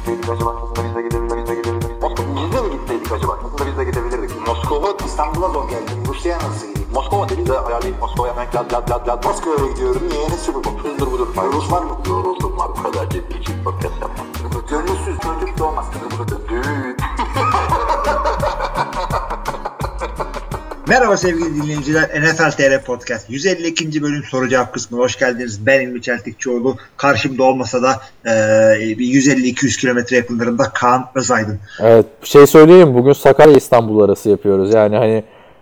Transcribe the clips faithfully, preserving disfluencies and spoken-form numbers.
gitseydik acaba? Aslında biz de gidebilirdik. Biz de gidebilirdik. Biz de mi gitseydik acaba? Aslında biz de gidebilirdik. Moskova, İstanbul'a zor geldim. Rusya'ya nasıl gideyim? Moskova dedi de ayarlayıp Moskova'ya hemen lad lad lad lad. Moskova'ya gidiyorum. Niye? Ne sürü bu? Hızdır budur. Rus var mı? Yoruldum var. Bu kadar ciddi için podcast yapmam. Gönülsüz çocuk doğmaz. Düğün. Merhaba sevgili dinleyiciler. N F L T R Podcast yüz elli ikinci bölüm soru cevap kısmına hoş geldiniz. Ben İlmi Çeltikçioğlu. Karşımda olmasa da e, yüz elli iki yüz kilometre yakınlarında Kaan Özaydın. Evet, bir şey söyleyeyim. Bugün Sakarya İstanbul arası yapıyoruz. Yani hani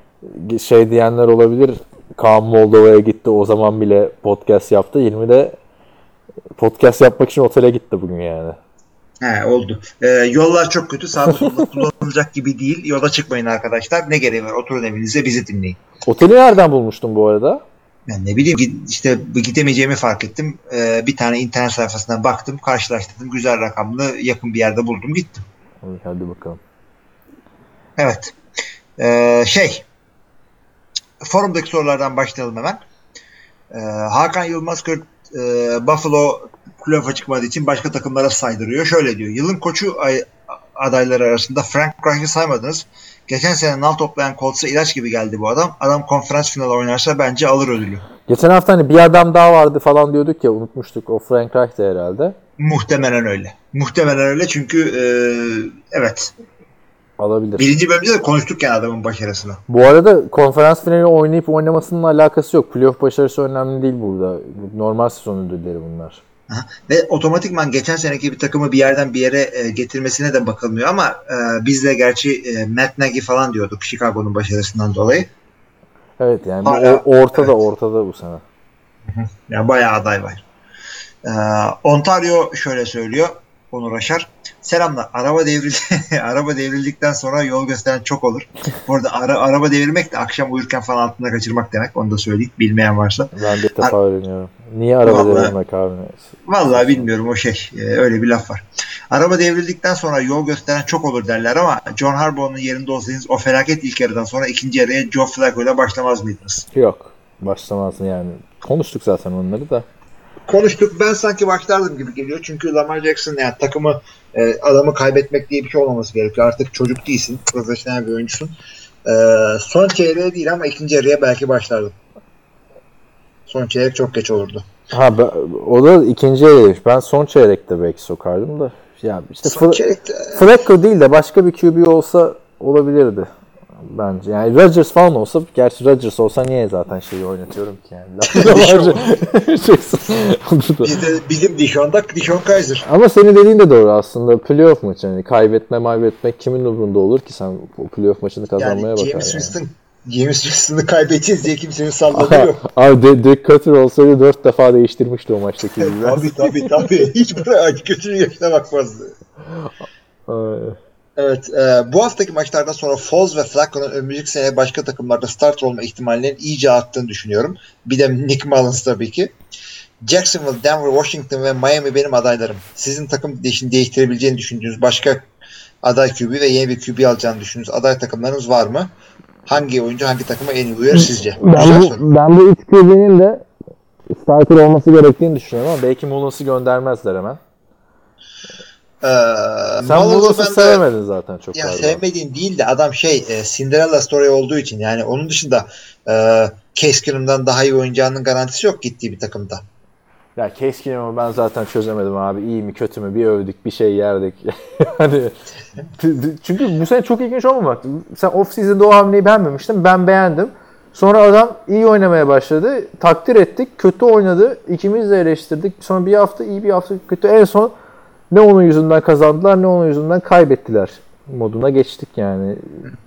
şey diyenler olabilir. Kaan Moldova'ya gitti. O zaman bile podcast yaptı. İlmi de podcast yapmak için otele gitti bugün yani. He, oldu. Ee, yollar çok kötü. Sağda solda kullanılacak gibi değil. Yola çıkmayın arkadaşlar. Ne gereği var? Oturun evinizde, bizi dinleyin. Oteli nereden bulmuştun bu arada? Ben ne bileyim. İşte gidemeyeceğimi fark ettim. Ee, bir tane internet sayfasına baktım. Karşılaştırdım. Güzel rakamlı yakın bir yerde buldum. Gittim. Hadi bakalım. Evet. Ee, şey. Forumdaki sorulardan başlayalım hemen. Ee, Hakan Yılmaz Kurt e, Buffalo playoff'a çıkmadığı için başka takımlara saydırıyor. Şöyle diyor. Yılın koçu ay, adayları arasında Frank Reich'i saymadınız. Geçen sene nal toplayan Colts'a ilaç gibi geldi bu adam. Adam konferans finali oynarsa bence alır ödülü. Geçen hafta hani bir adam daha vardı falan diyorduk ya, unutmuştuk. O Frank Reich'ti herhalde. Muhtemelen öyle. Muhtemelen öyle çünkü e, evet. Alabilir. Birinci bölümde de konuştuk yani adamın başarısını. Bu arada konferans finali oynayıp oynamasının alakası yok. Playoff başarısı önemli değil burada. Normal sezon ödülleri bunlar. Aha. Ve otomatikman geçen seneki bir takımı bir yerden bir yere e, getirmesine de bakılmıyor ama e, biz de gerçi e, Matt Nagy falan diyorduk Chicago'nun başarısından dolayı. Evet yani Hala, bu ortada evet. ortada bu sene. Hı hı. Yani bayağı aday var. Ee, Ontario şöyle söylüyor. Onur Aşar. Selamlar. Araba devrildi. Araba devrildikten sonra yol gösteren çok olur. Bu arada ara, araba devirmek de akşam uyurken falan altında kaçırmak demek. Onu da söyleyeyim. Bilmeyen varsa. Ben de defa Ar- öğreniyorum. Niye araba vallahi, devirmek abi? Vallahi bilmiyorum o şey. Ee, öyle bir laf var. Araba devrildikten sonra yol gösteren çok olur derler ama John Harbaugh'un yerinde olsaydınız o felaket ilk yarıdan sonra ikinci yarıya Joe Flacco ile başlamaz mıydınız? Yok. Başlamaz yani. Konuştuk zaten onları da. Konuştuk. Ben sanki başlardım gibi geliyor. Çünkü Lamar Jackson yani takımı e, adamı kaybetmek diye bir şey olmaması gerekiyor. Artık çocuk değilsin. Profesyonel bir oyuncusun. E, son çeyreğe değil ama ikinci yarıya belki başlardım. Son çeyrek çok geç olurdu. Ha ben, o da ikinci yarıymış. Ben son çeyrekte belki sokardım da. Ya işte son Fl- çeyrekte... Flacco değil de başka bir Q B olsa olabilirdi. Bence. Yani Rodgers falan olsa, gerçi Rodgers olsa niye zaten şeyi oynatıyorum ki yani. Bizde, bizim Dishon'da Dishon Kaiser. Ama senin dediğin de doğru aslında. Playoff maçı. Yani kaybetme kaybetmek kimin umurunda olur ki, sen o playoff maçını kazanmaya yani bakar. James yani. Winston James Winston'ı kaybedeceğiz diye kimsenin salladığı yok. Abi Dirk Cutter olsaydı dört defa değiştirmişti o maçtaki gibi. tabii tabii tabii. Hiç buraya kötünün yaşına bakmazdı. Evet, e, bu haftaki maçlardan sonra Foles ve Flacco'nun önümüzdeki sene başka takımlarda starter olma ihtimallerinin iyice arttığını düşünüyorum. Bir de Nick Mullins tabii ki. Jacksonville, Denver, Washington ve Miami benim adaylarım. Sizin takım değişini değiştirebileceğini düşündüğünüz başka aday Q B ve yeni bir Q B alacağını düşündüğünüz aday takımlarınız var mı? Hangi oyuncu hangi takıma en iyi uyar sizce? Ben bu, ben bu üç Q B'nin de starter olması gerektiğini düşünüyorum ama belki Mullins'i göndermezler hemen. Ee, Sen Mullins'i sevemedin zaten çok. Ya sevmediğim değil de adam şey e, Cinderella story olduğu için yani onun dışında e, Case Keenum'dan daha iyi oynayacağının garantisi yok gittiği bir takımda. Ya Case Keenum'u ben zaten çözemedim abi. İyi mi kötü mü, bir övdük bir şey yerdik. Hani çünkü bu sene çok ilginç olmamak. Sen off-season'da o hamleyi beğenmemiştin. Ben beğendim. Sonra adam iyi oynamaya başladı. Takdir ettik. Kötü oynadı. İkimiz de eleştirdik. Sonra bir hafta iyi, bir hafta kötü. En son ne onun yüzünden kazandılar ne onun yüzünden kaybettiler moduna geçtik yani.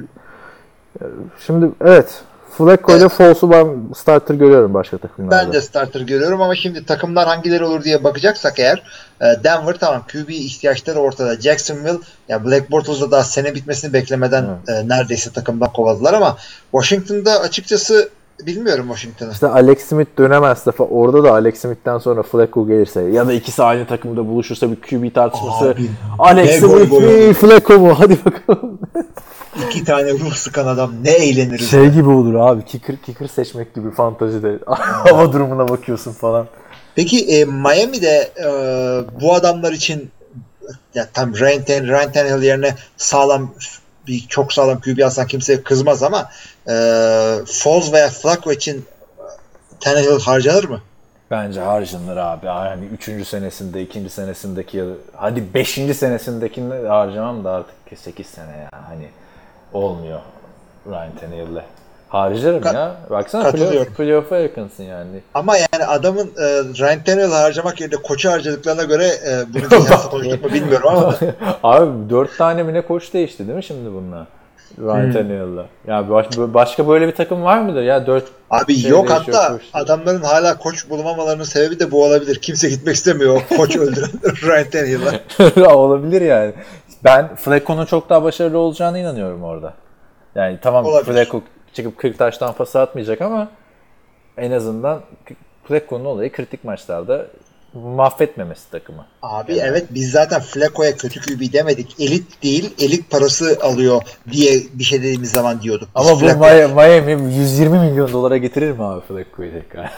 Şimdi evet, Flacco ile Foles'u ben starter görüyorum başka takımlarda. Ben de starter görüyorum ama şimdi takımlar hangileri olur diye bakacaksak eğer Denver tamam Q B ihtiyaçları ortada. Jacksonville ya Black Bortles'da daha sene bitmesini beklemeden evet. e, neredeyse takımdan kovaladılar ama Washington'da açıkçası bilmiyorum Washington'ı. İşte Alex Smith dönemezse orada da Alex Smith'ten sonra Flacco gelirse ya da ikisi aynı takımda buluşursa bir Q B tartışması. Abi, Alex Smith mi Flacco mu? Hadi bakalım. İki tane ruh sıkan adam ne eğleniriz. Şey ya. Gibi olur abi. Kicker, kicker seçmek gibi fantazide. Hava durumuna bakıyorsun falan. Peki e, Miami'de e, bu adamlar için ya tam Ryan, Tan- Ryan Tannehill yerine sağlam bir çok sağlam Q B alsan kimse kızmaz ama e, Foles veya Flacco için Tannehill harcanır mı? Bence harcanır abi. Yani üçüncü senesinde, ikinci senesindeki ya da hadi beşinci senesindekini harcamam da artık sekiz sene ya. Hani olmuyor Ryan Tannehill'le. Harcarım Ka- ya. Baksana katılıyorum. playoff, playoff'a yakınsın yani. Ama yani adamın e, Ryan Tannehill'i harcamak yerine koçu harcadıklarına göre e, bunu dünyasında konuştuk mu bilmiyorum ama Abi dört tane mi ne koç değişti değil mi şimdi bununla? Ryan hmm. Tannehill'la. Ya baş, başka böyle bir takım var mıdır ya? Dört abi şey yok hatta koçlar. Adamların hala koç bulmamalarının sebebi de bu olabilir. Kimse gitmek istemiyor o koç öldüren Ryan Tannehill'la. Olabilir yani. Ben Flacco'nun çok daha başarılı olacağına inanıyorum orada. Yani tamam Flacco çıkıp kırk taştan pas atmayacak ama en azından Flacco'nun olayı kritik maçlarda mahvetmemesi takımı. Abi yani. Evet biz zaten Flacco'ya kötü Q B demedik. Elit değil, elit parası alıyor diye bir şey dediğimiz zaman diyorduk. Biz ama Flacco... bu Miami yüz yirmi milyon dolara getirir mi abi Flacco'yu tekrar?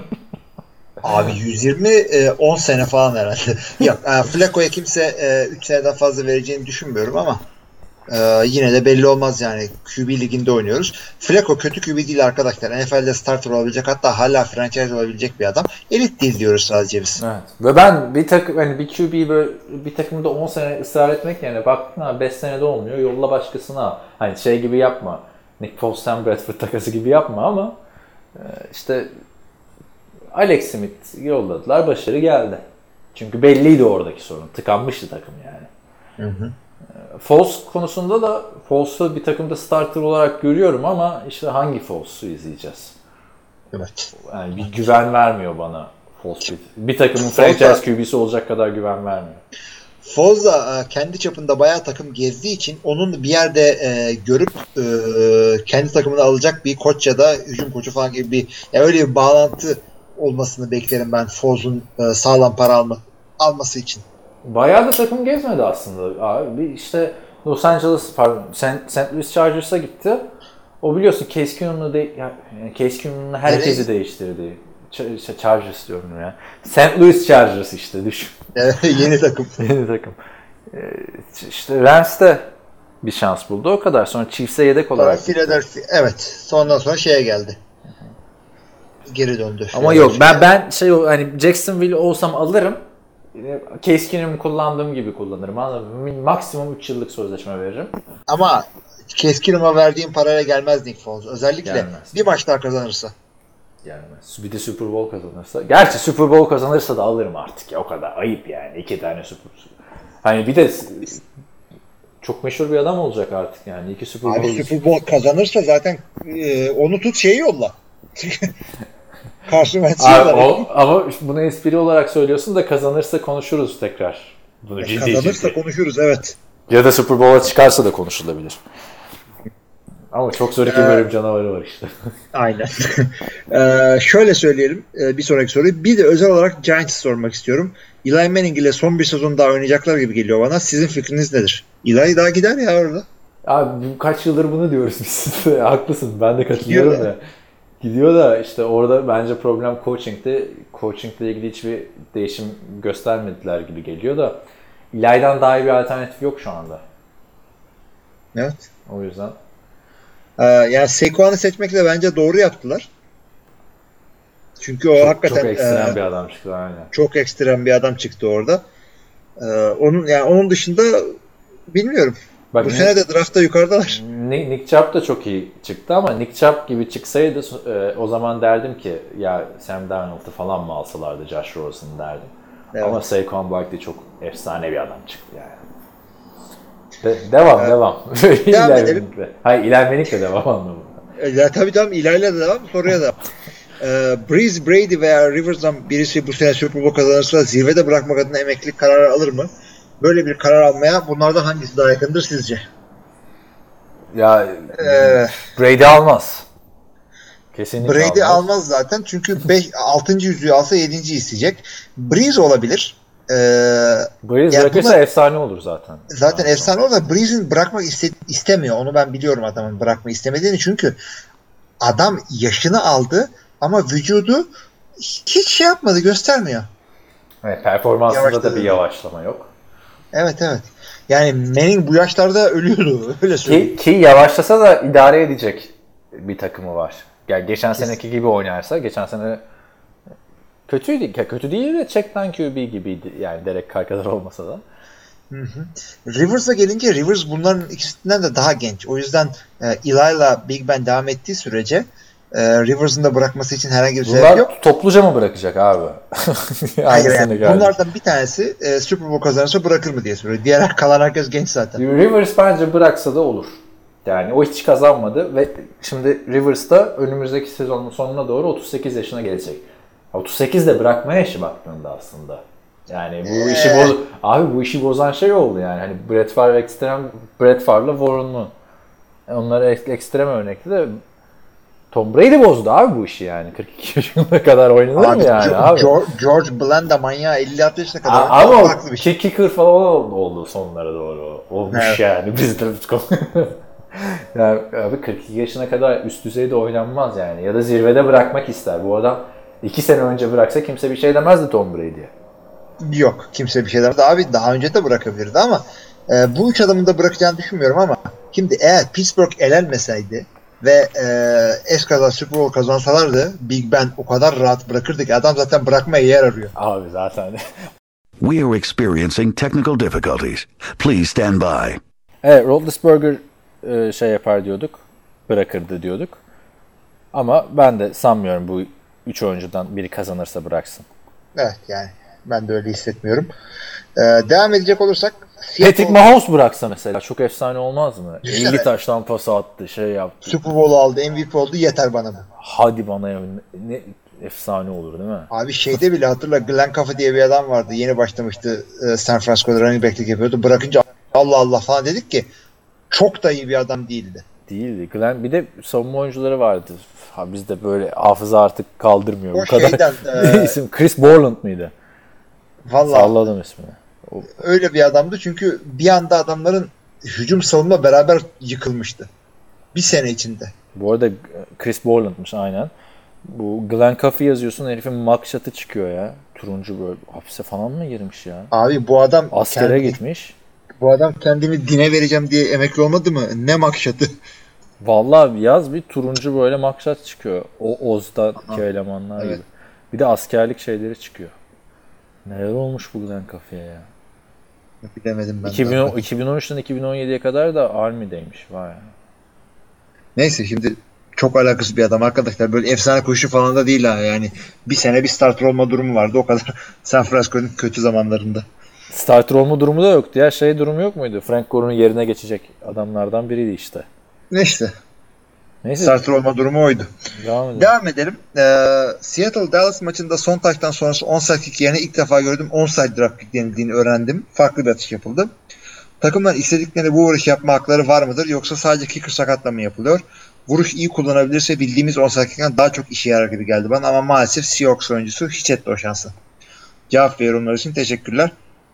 Abi yüz yirmi on sene falan herhalde. Yok Flacco'ya kimse üç seneden fazla vereceğini düşünmüyorum ama Ee, yine de belli olmaz yani. Q B liginde oynuyoruz. Flacco kötü Q B değil arkadaşlar. N F L'de starter olabilecek hatta hala franchise olabilecek bir adam. Elit değil diyoruz sadece biz. Evet. Ve ben bir takım hani bir Q B böyle bir takımda on sene ısrar etmek yerine baktın ha beş senede olmuyor. Yolla başkasına. Hani şey gibi yapma. Nick Foles'tan Bradford takası gibi yapma ama işte Alex Smith yolladılar. Başarı geldi. Çünkü belliydi oradaki sorun. Tıkanmıştı takım yani. Hı hı. Foles konusunda da Foles'u bir takımda starter olarak görüyorum ama işte hangi Foles'u izleyeceğiz? Evet. Yani bir güven vermiyor bana Foles. Bir, bir takımın franchise Q B'si olacak kadar güven vermiyor. Foles da kendi çapında bayağı takım gezdiği için onun bir yerde e, görüp e, kendi takımını alacak bir koç ya da hücum koçu falan gibi bir yani öyle bir bağlantı olmasını beklerim ben Foles'un e, sağlam para alma, alması için. Bayağı da takım gezmedi aslında. Abi bir işte Los Angeles, pardon, Saint Louis Chargers'a gitti. O biliyorsun Case Keenum'la de, yani Case Keenum'la herkesi Nereye? değiştirdi. Ch- Chargers diyorum ya. Saint Louis Chargers işte düşün. Yeni takım. Yeni takım. İşte Rams'te bir şans buldu o kadar. Sonra Chiefs'e yedek olarak. Philadelphia, evet. Sondan sonra şeye geldi. Geri döndü. Ama yok ben ben şey hani Jacksonville olsam alırım. Case Keenum'u kullandığım gibi kullanırım. Anladın mı? Maksimum üç yıllık sözleşme veririm. Ama Case Keenum'a verdiğim parayla gelmez Nick Foles. Özellikle gelmez. Bir maç daha kazanırsa. Gelmez. Bir de Super Bowl kazanırsa. Gerçi Super Bowl kazanırsa da alırım artık ya. O kadar ayıp yani. İki tane Super Bowl. Hani bir de çok meşhur bir adam olacak artık yani. İki Super Bowl. Abi Super Bowl kazanırsa zaten e, onu tut şeyi yolla. Karşı maçı ama bunu espri olarak söylüyorsun da kazanırsa konuşuruz tekrar. Bunu ciddi kazanırsa ciddi. konuşuruz evet. Ya da Super Bowl'a çıkarsa da konuşulabilir. Ama çok zor iki bölüm ee, canavarı var işte. Aynen. ee, şöyle söyleyelim bir sonraki soruyu. Bir de özel olarak Giants'ı sormak istiyorum. Eli Manning ile son bir sezon daha oynayacaklar gibi geliyor bana. Sizin fikriniz nedir? Eli daha gider ya orada. Abi kaç yıldır bunu diyoruz biz. Haklısın. Ben de katılıyorum da. Gidiyor da işte orada bence problem coaching'ti. Coachingle ilgili hiçbir değişim göstermediler gibi geliyor da Eli'den daha iyi bir alternatif yok şu anda. Evet. O yüzden. Ee, yani Saquon'u seçmekle bence doğru yaptılar. Çünkü o çok, hakikaten çok ekstrem e, bir adam çıktı aynen. Çok ekstrem bir adam çıktı orada. Ee, onun yani onun dışında bilmiyorum. Bak, bu Nick, sene de draftta yukarıdalar. Nick Chubb da çok iyi çıktı ama Nick Chubb gibi çıksaydı e, o zaman derdim ki ya Sam Darnold'u falan mı alsalardı Josh Rosen derdim. Evet. Ama Saquon Barkley çok efsane bir adam çıktı yani. De, devam evet. devam. Devam edelim. Hayır ilermenikle devam anlamında. Ya tabii tamam ilerle de devam soruya da. Ee, Breeze, Brady veya Rivers'dan birisi bu sene Super Bowl kazanırsa zirvede bırakmak adına emeklilik kararı alır mı? Böyle bir karar almaya bunlardan hangisi daha yakındır sizce? Ya ee, Brady almaz. Kesinlikle Brady almaz. almaz zaten çünkü beş, altıncı yüzüğü alsa yedinci isteyecek. Breeze olabilir. Ee, Breeze yani bırakırsa buna, efsane olur zaten. Zaten yani efsane olur da Breeze'in bırakmak iste, istemiyor. Onu ben biliyorum adamın bırakmayı istemediğini. Çünkü adam yaşını aldı ama vücudu hiç şey yapmadı, göstermiyor. Evet, performansında da bir yavaşlama yok. Evet evet. Yani Manning bu yaşlarda ölüyordu. Öyle söyleyeyim. Ki, ki yavaşlasa da idare edecek bir takımı var. Yani geçen Kesin. seneki gibi oynarsa, geçen sene kötüydü. Kötü değil de check-down Q B gibiydi. Yani Derek Carr kadar olmasa da. Hı hı. Rivers'a gelince Rivers bunların ikisinden de daha genç. O yüzden e, Eli'la Big Ben devam ettiği sürece e, Rivers'ın da bırakması için herhangi bir sebep yok. Bunlar topluca mı bırakacak abi? Hayır yani bunlardan bir tanesi e, Super Bowl kazanırsa bırakır mı diye soruyor. Diğer kalan herkes genç zaten. Rivers bence bıraksa da olur. Yani o hiç kazanmadı ve şimdi Rivers da önümüzdeki sezonun sonuna doğru otuz sekiz yaşına gelecek. otuz sekiz de bırakma yaşı baktığında aslında. Yani bu ee. işi boz abi bu işi bozan şey oldu yani. Hani Brett Favre ekstrem Brett Favre'la Warren'lu. Onlar ekstrem örnekti de Tom Brady bozdu abi bu işi yani. kırk iki yaşına kadar oynanır mı yani George, abi? George Blanda manyağı elli altı yaşına kadar. A- ama farklı bir şey. Kicker falan oldu sonlara doğru. Olmuş evet. Yani bizde yani abi kırk iki yaşına kadar üst düzeyde oynanmaz yani. Ya da zirvede bırakmak ister. Bu adam iki sene önce bıraksa kimse bir şey demezdi Tom Brady'ye. Yok. Kimse bir şey demezdi. Abi daha önce de bırakabilirdi ama e, bu üç adamın da bırakacağını düşünmüyorum ama şimdi eğer Pittsburgh elenmeseydi ve e, eskaza Super Bowl kazansalardı Big Ben o kadar rahat bırakırdı ki adam zaten bırakmaya yer arıyor. Abi zaten. We are experiencing technical difficulties. Please stand by. Evet, Roethlisberger e, şey yapar diyorduk. Bırakırdı diyorduk. Ama ben de sanmıyorum bu üç oyuncudan biri kazanırsa bıraksın. Evet yani ben de öyle hissetmiyorum. Ee, devam edecek olursak Patrick Mahomes bıraksa mesela çok efsane olmaz mı? elli taştan pas attı, şey yaptı. Super Bowl aldı, M V P oldu, yeter bana bu. Hadi bana ya, ne efsane olur değil mi? Abi şeyde bile hatırla Glenn Caffey diye bir adam vardı. Yeni başlamıştı San Francisco'da running back'lik yapıyordu. Bırakınca Allah Allah falan dedik ki çok da iyi bir adam değildi. Değildi. Glenn bir de savunma oyuncuları vardı. Ha, bizde böyle hafıza artık kaldırmıyor. O bu kadar. Şeyden, e... isim Chris Borland mıydı? Vallahi. Salladım ismini. O... Öyle bir adamdı çünkü bir anda adamların hücum savunma beraber yıkılmıştı. Bir sene içinde. Bu arada Chris Borland'mış aynen. Bu Glenn Caffey yazıyorsun herifin mugshot'ı çıkıyor ya. Turuncu böyle hapse falan mı girmiş ya? Abi bu adam askere kendi, gitmiş. Bu adam kendini dine vereceğim diye emekli olmadı mı? Ne mugshot'ı? Vallahi yaz bir turuncu böyle mugshot çıkıyor. O Oz'daki elemanlar evet. Gibi. Bir de askerlik şeyleri çıkıyor. Neler olmuş bu Glenn Caffey'e ya? Bilemedim ben. iki bin on, iki bin on üçten iki bin on yediye kadar da Army'deymiş. Vay ya. Neyse şimdi çok alakasız bir adam arkadaşlar. Böyle efsane koşu falan da değil ha. Yani bir sene bir starter olma durumu vardı. O kadar San Francisco'nun kötü zamanlarında. Starter olma durumu da yoktu ya. Şey durumu yok muydu? Frank Gore'un yerine geçecek adamlardan biriydi işte. Ne işte. Neyse. Starter olma durumu oydu. Devam edelim. Devam edelim. Ee, Seattle-Dallas maçında son taştan sonrası onside kick yerine ilk defa gördüm. Onside drop kick denildiğini öğrendim. Farklı bir atış yapıldı. Takımlar istedikleri bu vuruş yapma hakları var mıdır? Yoksa sadece kicker sakatla mı yapılıyor? Vuruş iyi kullanabilirse bildiğimiz onside kick'ten daha çok işe yarar gibi geldi bana. Ama maalesef Seahawks oyuncusu hiç etti o şansı. Cevap ve yorumlar için teşekkürler.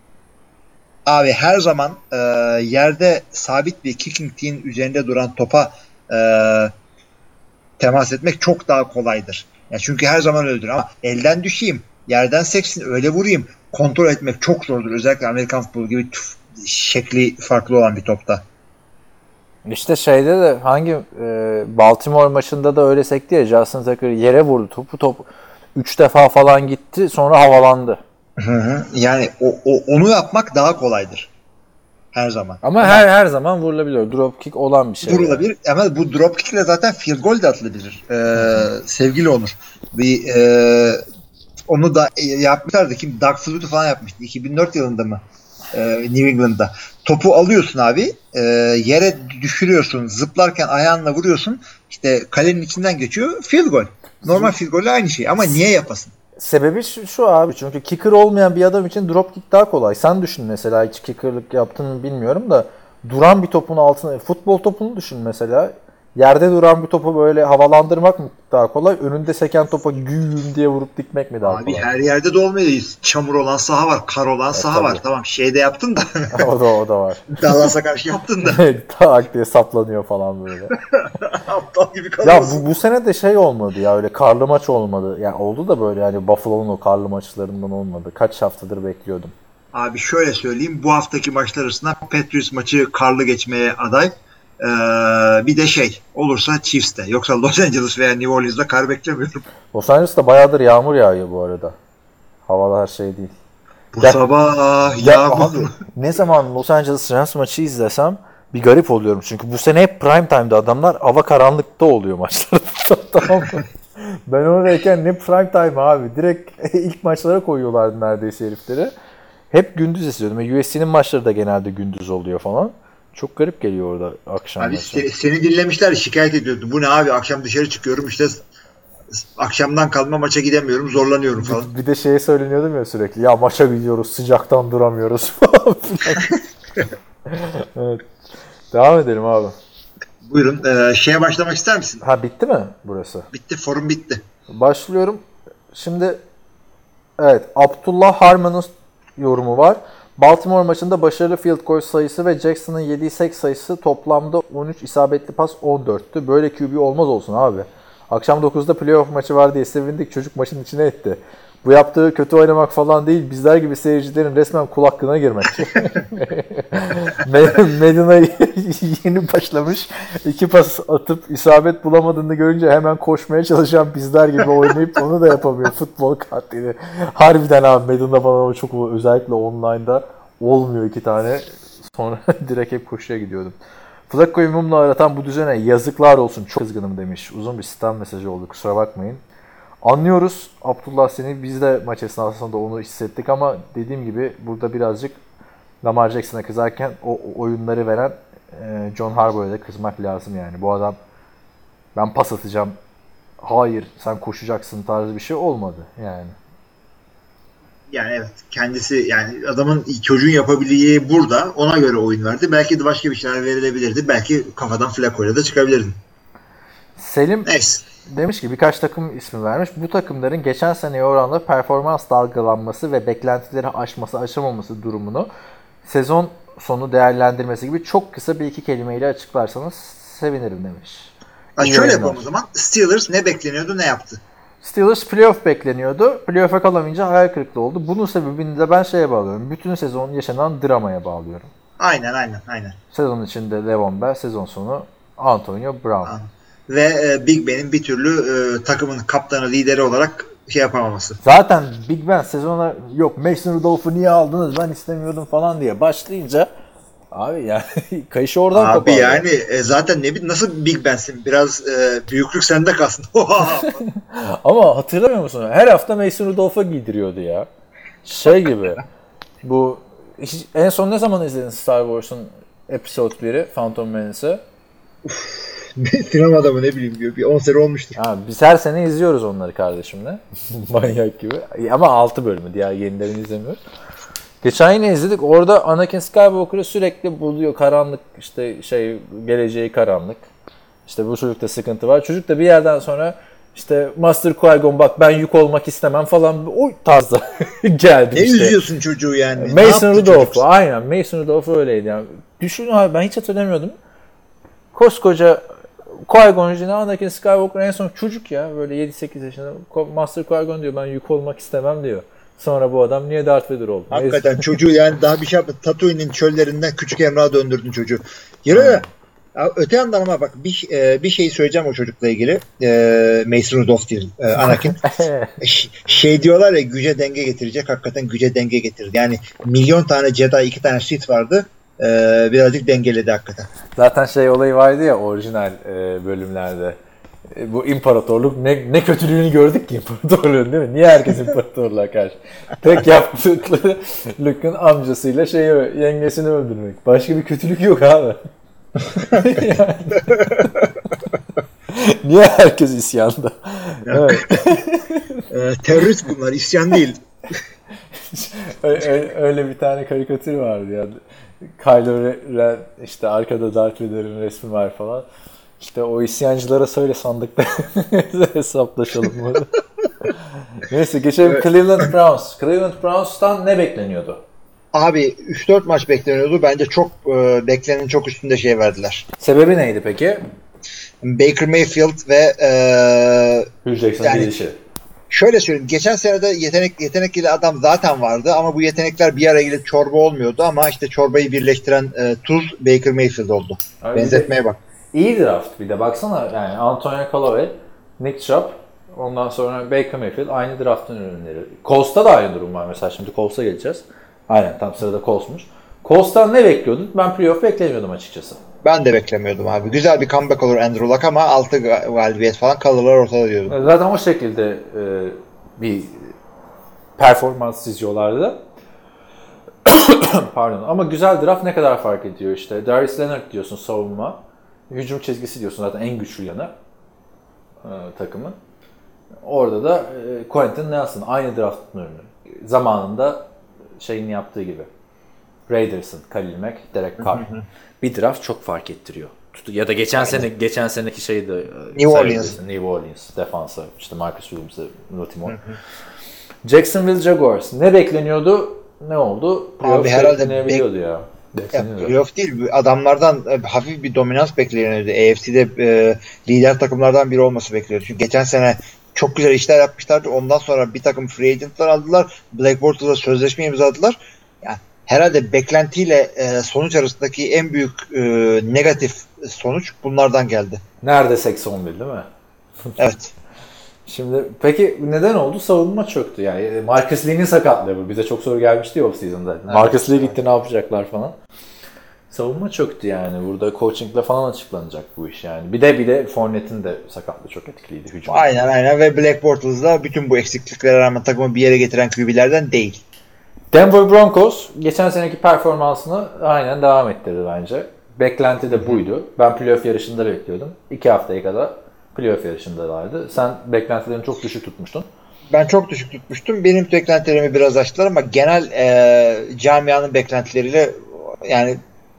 Abi her zaman e, yerde sabit bir kicking tee'nin üzerinde duran topa e, temas etmek çok daha kolaydır. Yani çünkü her zaman öyledir ama elden düşeyim, yerden seksin, öyle vurayım, kontrol etmek çok zordur. Özellikle Amerikan futbolu gibi tüf, şekli farklı olan bir topta. İşte şeyde de hangi e, Baltimore maçında da öyle sekti ya, Justin Tucker yere vurdu topu, top üç defa falan gitti sonra havalandı. Hı hı. Yani o, o, onu yapmak daha kolaydır. Her zaman. Ama, ama her her zaman vurulabiliyor. Drop kick olan bir şey. Vurulabilir. Yani. Ama bu drop kick ile zaten field goal de atılabilir. Ee, sevgili Onur. Bir e, onu da yapmışlardı. Kim? Doug Flutie falan yapmıştı. iki bin dört yılında mı? Ee, New England'da. Topu alıyorsun abi. E, yere düşürüyorsun. Zıplarken ayağınla vuruyorsun. İşte kalenin içinden geçiyor. Field goal. Normal field goal ile aynı şey. Ama niye yapasın? Sebebi şu, şu abi çünkü kicker olmayan bir adam için drop kick daha kolay. Sen düşün mesela, hiç kickerlık yaptığını bilmiyorum da duran bir topun altına, futbol topunu düşün mesela. Yerde duran bir topu böyle havalandırmak mı daha kolay? Önünde seken topa güm diye vurup dikmek mi daha abi kolay? Abi her yerde de olmuyor. Çamur olan saha var, kar olan evet, saha tabii. Var. Tamam şeyde yaptın da. o da o da var. Dallas'a karşı yaptın da. Tak diye saplanıyor falan böyle. Aptal gibi kalıyorsun. Ya bu, bu sene de şey olmadı ya, öyle karlı maç olmadı. Yani oldu da böyle yani Buffalo'nun o karlı maçlarından olmadı. Kaç haftadır bekliyordum. Abi şöyle söyleyeyim. Bu haftaki maçlar arasında Patriots maçı karlı geçmeye aday. Ee, bir de şey olursa Chiefs'te. Yoksa Los Angeles veya New Orleans'da kar beklemiyorum. Los Angeles'ta bayağıdır yağmur yağıyor bu arada. Havalar her şey değil. Bu Ya- sabah Ya yağmur. abi, ne zaman Los Angeles Rams maçı izlesem bir garip oluyorum. Çünkü bu sene hep prime time'da adamlar hava karanlıkta oluyor maçlar. Tamam mı? Ben oradayken ne prime time abi. Direkt ilk maçlara koyuyorlardı neredeyse herifleri. Hep gündüz izliyordum. U S C'nin maçları da genelde gündüz oluyor falan. Çok garip geliyor orada akşam Abi maçı. se- seni dinlemişler, şikayet ediyordu. Bu ne abi, akşam dışarı çıkıyorum işte s- akşamdan kalma maça gidemiyorum, zorlanıyorum falan. Bir de şeye söyleniyordum ya sürekli. Ya maça gidiyoruz, sıcaktan duramıyoruz falan filan. Evet. Devam edelim abi. Buyurun. Ee, şeye başlamak ister misin? Ha bitti mi burası? Bitti, forum bitti. Başlıyorum. Şimdi evet, Abdullah Harman'ın yorumu var. Baltimore maçında başarılı field goal sayısı ve Jackson'ın yediği sek sayısı toplamda on üç, isabetli pas on dörttü. Böyle Q B olmaz olsun abi. Akşam dokuzda playoff maçı var diye sevindik. Çocuk maçın içine etti. Bu yaptığı kötü oynamak falan değil. Bizler gibi seyircilerin resmen kul hakkına girmek. Medina yeni başlamış. İki pas atıp isabet bulamadığını görünce hemen koşmaya çalışan bizler gibi oynayıp onu da yapamıyor. Futbol katili. Harbiden abi Medina bana o çok, özellikle online'da olmuyor iki tane. Sonra direkt hep koşuya gidiyordum. Flacco'yu mumla aratan bu düzene yazıklar olsun. Çok kızgınım demiş. Uzun bir sistem mesajı oldu. Kusura bakmayın. Anlıyoruz Abdullah seni. Biz de maç esnasında onu hissettik ama dediğim gibi burada birazcık Lamar Jackson'a kızarken o, o oyunları veren e, John Harbaugh'a da kızmak lazım yani. Bu adam ben pas atacağım, hayır sen koşacaksın tarzı bir şey olmadı yani. Yani evet, kendisi, yani adamın, çocuğun yapabildiği burada, ona göre oyun verdi. Belki de başka bir şeyler verilebilirdi. Belki kafadan Flacco'yla da çıkabilirdin. Selim Neyse. demiş ki birkaç takım ismi vermiş. Bu takımların geçen seneye oranla performans dalgalanması ve beklentileri aşması aşamaması durumunu sezon sonu değerlendirmesi gibi çok kısa bir iki kelimeyle açıklarsanız sevinirim demiş. Ha, İyi şöyle yayınlar. yapalım o zaman. Steelers ne bekleniyordu, ne yaptı? Steelers playoff bekleniyordu. Playoff'a kalamayınca hayal kırıklığı oldu. Bunun sebebini de ben şeye bağlıyorum. Bütün sezon yaşanan dramaya bağlıyorum. Aynen aynen aynen. Sezon içinde Le'Veon Bell, sezon sonu Antonio Brown. Ha. Ve e, Big Ben'in bir türlü e, takımın kaptanı, lideri olarak şey yapamaması. Zaten Big Ben sezona yok Mason Rudolph'u niye aldınız ben istemiyordum falan diye başlayınca abi yani kayışı oradan Abi kopardı. yani e, zaten ne bi- nasıl Big Ben'sin? Biraz e, büyüklük sende kalsın. Ama hatırlamıyor musun? Her hafta Mason Rudolph'a giydiriyordu ya. Şey gibi. Bu hiç- en son ne zaman izledin Star Wars'un Episode biri Phantom Menace'ı? Sinemada mı ne bileyim diyor. Bir on sene olmuştur. Ha, biz her sene izliyoruz onları kardeşimle. Manyak gibi. Ama altı bölümü. Diğer yenilerini izlemiyoruz. Geçen yine izledik. Orada Anakin Skywalker'ı sürekli buluyor. Karanlık işte şey geleceği karanlık. İşte bu çocukta sıkıntı var. Çocuk da bir yerden sonra işte Master Qui-Gon bak ben yük olmak istemem falan o tarzda geldi Ne işte. üzüyorsun çocuğu yani? Mason Rudolph'u. Aynen Mason Rudolph öyleydi yani. Düşün abi ben hiç hatırlamıyordum. Koskoca Qui-Gon Jinn, Anakin Skywalker en son çocuk ya böyle yedi sekiz yaşında Master Qui-Gon diyor ben yük olmak istemem diyor. Sonra bu adam niye Darth Vader oldu? Hakikaten çocuğu yani daha bir şey yapmadı. Tatooine'in çöllerinden küçük Emrah'a döndürdün çocuğu. Yürü. Ya, öte yandan ama bak bir, e, bir şey söyleyeceğim o çocukla ilgili. E, Mason Rudolph değil. E, Anakin. Ş- şey diyorlar ya güce denge getirecek. Hakikaten güce denge getirdi. Yani milyon tane Jedi, iki tane Sith vardı. E, birazcık dengeledi hakikaten. Zaten şey olayı vardı ya orijinal e, bölümlerde. E, bu imparatorluk ne, ne kötülüğünü gördük ki imparatorluğun değil mi? Niye herkes imparatorluğa karşı? Tek yaptıkları Luke'un amcasıyla şeyi, yengesini öldürmek. Başka bir kötülük yok abi. Yani. Niye herkes isyanda? Evet. E, terörist bunlar. İsyan değil. Öyle, öyle bir tane karikatür vardı ya. Kylo Ren işte arkada Darth Vader'ın resmi var falan. İşte o isyancılara söyle sandıkta hesaplaşalım burada. Neyse geçelim evet. Cleveland Browns. Cleveland Browns'tan ne bekleniyordu? Abi üç dört maç bekleniyordu. Bence çok e, beklenenin çok üstünde şey verdiler. Sebebi neydi peki? Baker Mayfield ve e, Hugh Jackson yani, gelişi. şöyle söyleyeyim. Geçen sene de yetenek, yetenekli adam zaten vardı ama bu yetenekler bir araya gelip çorba olmuyordu ama işte çorbayı birleştiren e, tuz Baker Mayfield oldu. Abi benzetmeye bak. İyi draft bir de baksana yani Antonio Callaway, Nick Chubb, ondan sonra Baker Mayfield aynı draftın ürünleri. Colts'ta da aynı durum var mesela şimdi Colts'a geleceğiz. Aynen tam sırada Colts'muş. Colts'tan ne bekliyordun? Ben playoff beklemiyordum açıkçası. Ben de beklemiyordum abi. Güzel bir comeback olur Andrew Luck ama altı galibiyet falan kalırlar ortada diyordum. Zaten o şekilde e, bir performans çiziyorlardı. Pardon ama güzel draft ne kadar fark ediyor işte. Darius Leonard diyorsun savunma. Hücum çizgisi diyorsun zaten en güçlü yanı e, takımın. Orada da e, Quentin Nelson aynı draftın ürünü. Zamanında şeyini yaptığı gibi. Raiders'ın Khalil Mack, Derek Carr. Hı hı. Bir draft çok fark ettiriyor. Ya da geçen Aynen. sene geçen seneki şeydi New Orleans. New Orleans defansa işte Marcus Williams'ı Baltimore. Jacksonville Jaguars ne bekleniyordu? Ne oldu? Abi herhalde beklenebiliyordu ya. ya playoff değil. Adamlardan e, hafif bir dominans bekleniyordu. A F C'de e, lider takımlardan biri olması bekleniyordu. Çünkü geçen sene çok güzel işler yapmışlardı. Ondan sonra bir takım free agent'lar aldılar. Blake Bortles'la sözleşme imzaladılar. Yani herhalde beklentiyle e, sonuç arasındaki en büyük e, negatif sonuç bunlardan geldi. Neredeyse eksi on bir değil mi? Evet. Şimdi peki neden oldu? Savunma çöktü yani. Marcus Lee'nin sakatlığı bu. Bize çok soru gelmişti ya off-season'da. Evet. Marcus Lee gitti ne yapacaklar falan. Savunma çöktü yani. Burada coachingle falan açıklanacak bu iş yani. Bir de bir de Fournette'in de sakatlığı çok etkiliydi hücum. Aynen aynen ve Blake Bortles da bütün bu eksikliklere rağmen takımı bir yere getiren Q B'lerden değil. Denver Broncos geçen seneki performansını aynen devam ettirdi bence. Beklenti de buydu. Ben playoff yarışında bekliyordum. İki haftaya kadar playoff yarışındalardı. Sen beklentilerini çok düşük tutmuştun. Ben çok düşük tutmuştum. Benim beklentilerimi biraz aştılar ama genel e, camianın beklentileriyle yani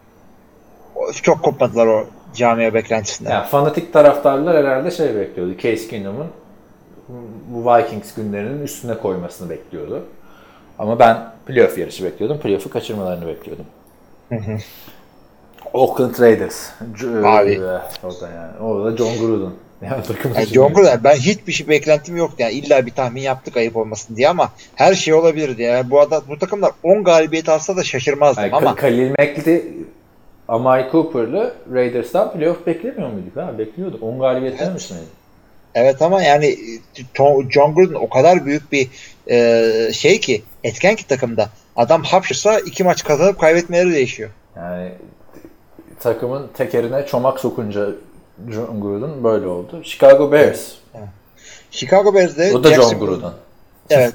çok kopmadılar o camia beklentisinden. Yani fanatik taraftarlar herhalde şey bekliyordu. Case Keenum'un bu Vikings günlerinin üstüne koymasını bekliyordu. Ama ben playoff yarışı bekliyordum. Playoff'u kaçırmalarını bekliyordum. Hı hı. Oakland Raiders. Abi. Orada yani. Orada John Gruden. Yani, yani John Gruden. Ben hiçbir şey beklentim yoktu. Yani illa bir tahmin yaptık ayıp olmasın diye ama her şey olabilirdi. Yani bu adam, bu takımlar on galibiyet alsa da şaşırmazdım yani, ama. Khalil Mack'li Amari Cooper'lı Raiders'tan playoff beklemiyor muyduk? Ha? Bekliyorduk. on galibiyet evet. Demiş miydi? Evet ama yani John Gruden o kadar büyük bir e, şey ki, etken ki takımda. Adam hapşırsa iki maç kazanıp kaybetmeleri değişiyor. Yani takımın tekerine çomak sokunca John Gruden böyle oldu. Chicago Bears. Evet. Chicago Bears'de o da John Gruden. Evet.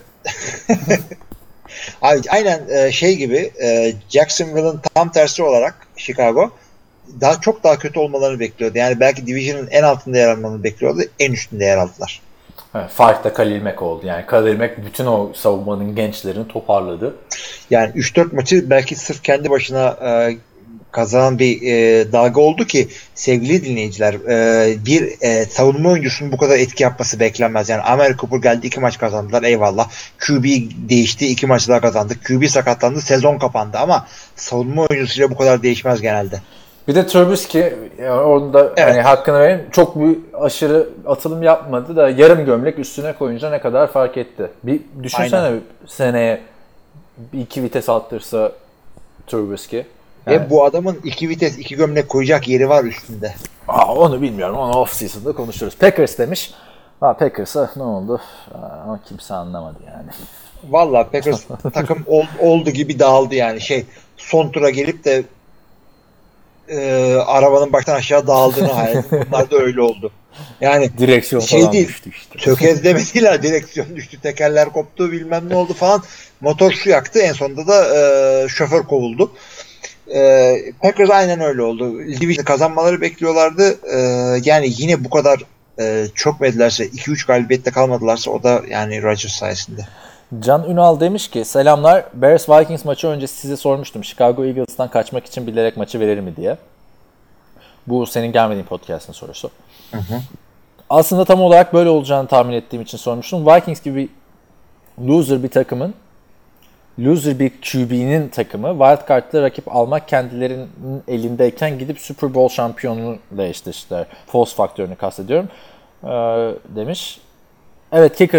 Abi aynen şey gibi Jacksonville'ın tam tersi olarak Chicago daha çok daha kötü olmalarını bekliyordu. Yani belki Division'ın en altında yer almalarını bekliyordu. En üstünde yer aldılar. Evet, fark da Khalil Mack oldu. Yani Khalil Mack bütün o savunmanın gençlerini toparladı. Yani üç dört maçı belki sırf kendi başına e, kazanan bir e, dalga oldu ki sevgili dinleyiciler e, bir e, savunma oyuncusunun bu kadar etki yapması beklenmez. Yani Amari Cooper geldi, iki maç kazandılar, eyvallah. Q B değişti, iki maç daha kazandık. Q B sakatlandı, sezon kapandı ama savunma oyuncusuyla bu kadar değişmez genelde. Bir de Trubisky yani orada evet. Hani hakkını verin çok bir aşırı atılım yapmadı da yarım gömlek üstüne koyunca ne kadar fark etti. Bir düşünsene aynen. Seneye iki vites arttırsa Trubisky. Ve yani. Bu adamın iki vites, iki gömlek koyacak yeri var üstünde. Aa, onu bilmiyorum. Onu off-season'da konuşuruz. Packers demiş. Ha, Packers'a ne oldu? Ama kimse anlamadı yani. Vallahi Packers takım ol, oldu gibi dağıldı yani. Şey son tura gelip de e, arabanın baştan aşağı dağıldığını hayal ettim. Bunlar da öyle oldu. Yani direksiyon şey falan değil, düştü işte. Tökezlemediler, direksiyon düştü, tekerler koptu, bilmem ne oldu falan. Motor su yaktı. En sonunda da e, şoför kovuldu. E, Packers aynen öyle oldu. Division kazanmaları bekliyorlardı. E, yani yine bu kadar e, çok verdilerse, iki üç galibiyette kalmadılarsa o da yani Rodgers sayesinde. Can Ünal demiş ki selamlar. Bears Vikings maçı öncesi size sormuştum. Chicago Eagles'tan kaçmak için bilerek maçı verir mi diye. Bu senin gelmediğin podcast'ın sorusu. Hı hı. Aslında tam olarak böyle olacağını tahmin ettiğim için sormuştum. Vikings gibi loser bir takımın, loser bir Q B'nin takımı wildcard'lı rakip almak kendilerinin elindeyken gidip Super Bowl şampiyonluğuyla eşleştiler. False faktörünü kastediyorum. Ee, demiş. Evet, kicker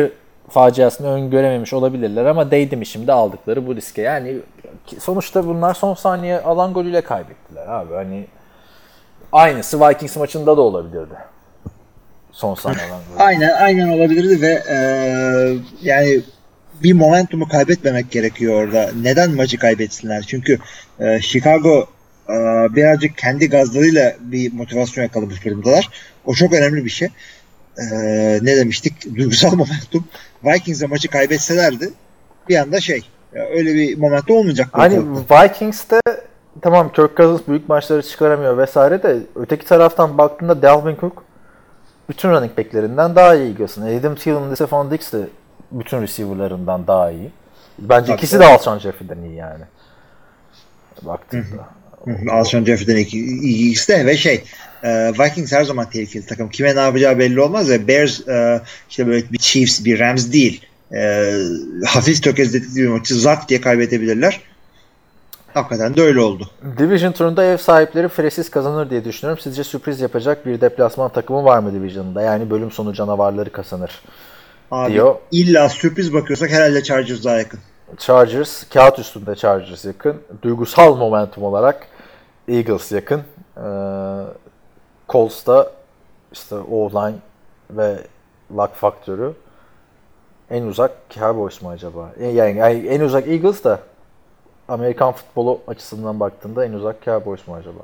faciasını öngörememiş olabilirler ama değdi mi şimdi aldıkları bu riske? Yani sonuçta bunlar son saniye alan golüyle kaybettiler abi. Hani aynısı Vikings maçında da olabilirdi. Son saniye alan golü. Aynen aynen olabilirdi ve e, yani bir momentumu kaybetmemek gerekiyor orada. Neden maçı kaybetsinler? Çünkü e, Chicago e, birazcık kendi gazlarıyla bir motivasyon yakalamış durumdalar. O çok önemli bir şey. E, ne demiştik? Duygusal momentum. Vikings'e maçı kaybetselerdi bir anda şey öyle bir momentum olmayacak. Hani Vikings'te tamam Kirk Cousins büyük maçları çıkaramıyor vesaire de öteki taraftan baktığında Dalvin Cook bütün running back'lerinden daha iyi Eagles'ın. Adam Thielen, Stephon Diggs de bütün receiver'larından daha iyi. Bence Tabii ikisi de Alshon Jeffrey'den iyi yani. Baktığında. Alshon Jeffrey'den iyi ikisi de ve şey e, Vikings her zaman tehlikeli takım. Kime ne yapacağı belli olmaz ve Bears e, işte böyle bir Chiefs, bir Rams değil. E, hafif tökezledikleri bir maçı zart diye kaybedebilirler. Hakikaten de öyle oldu. Division turunda ev sahipleri firesiz kazanır diye düşünüyorum. Sizce sürpriz yapacak bir deplasman takımı var mı Division'da? Yani bölüm sonu canavarları kazanır Abi, diyor. İlla sürpriz bakıyorsak herhalde Chargers daha yakın. Chargers, kağıt üstünde Chargers yakın. Duygusal momentum olarak Eagles yakın. Ee, Colts'ta işte O-line ve luck faktörü. En uzak Cowboys mu acaba? Yani, yani en uzak Eagles da Amerikan futbolu açısından baktığında en uzak Cowboys mu acaba?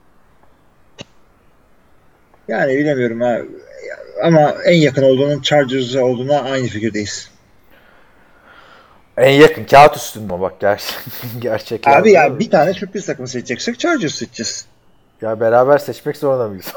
Yani bilemiyorum ha. Ama en yakın olduğunun Chargers'a olduğuna aynı fikirdeyiz. En yakın kağıt üstünde bak gerçekten gerçek. Abi ya yani bir tane sürpriz takımı seçeceksek Chargers seçeceğiz. Ya beraber seçmek zorunda mıyız?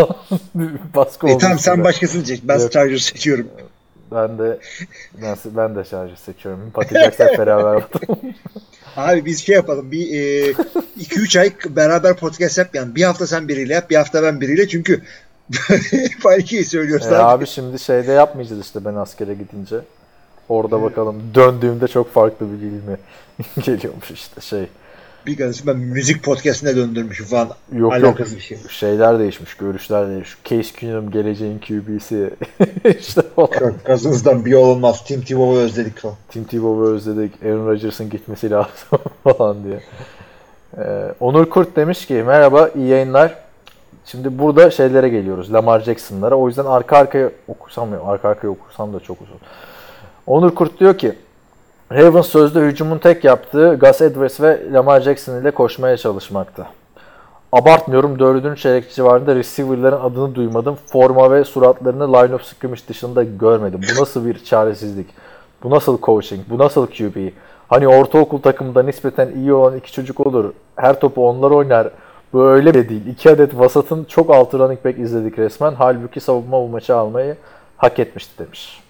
Baskı e tamam sen başkasını seç. Ben evet. Chargers seçiyorum. Ben de ben, ben de Chargers seçiyorum. Patlayacaksak beraber yapalım. Abi biz şey yapalım. Bir iki üç ay beraber podcast yapmayalım. Bir hafta sen biriyle yap, bir hafta ben biriyle. Çünkü farkı söylüyoruz e, abi. Abi şimdi şeyde yapmayacağız işte ben askere gidince. Orada bakalım. Döndüğümde çok farklı bir bilgi geliyormuş işte şey. Bir tanesi ben müzik podcastine döndürmüşüm falan. Yok yok. Bir şey. Şeyler değişmiş. Görüşler değişmiş. Case Keenum geleceğin Q B'si. işte falan. Kirk Cousins'dan bir yol olmaz. Tim Tebow'u özledik falan. Tim Tebow'u özledik. Aaron Rodgers'ın gitmesi lazım falan diye. Ee, Onur Kurt demiş ki merhaba iyi yayınlar. Şimdi burada şeylere geliyoruz. Lamar Jackson'lara. O yüzden arka arkaya okursam ya. Arka arkaya okursam da çok uzun. Onur Kurt diyor ki Ravens sözde hücumun tek yaptığı Gus Edwards ve Lamar Jackson ile koşmaya çalışmakta. Abartmıyorum dördüncü çeyrek civarında receiver'ların adını duymadım. Forma ve suratlarını line of scrimmage dışında görmedim. Bu nasıl bir çaresizlik? Bu nasıl coaching? Bu nasıl Q B? Hani ortaokul takımında nispeten iyi olan iki çocuk olur. Her topu onlar oynar. Bu öyle de değil. İki adet vasatın çok altı running back izledik resmen. Halbuki savunma bu maçı almayı hak etmişti demiş.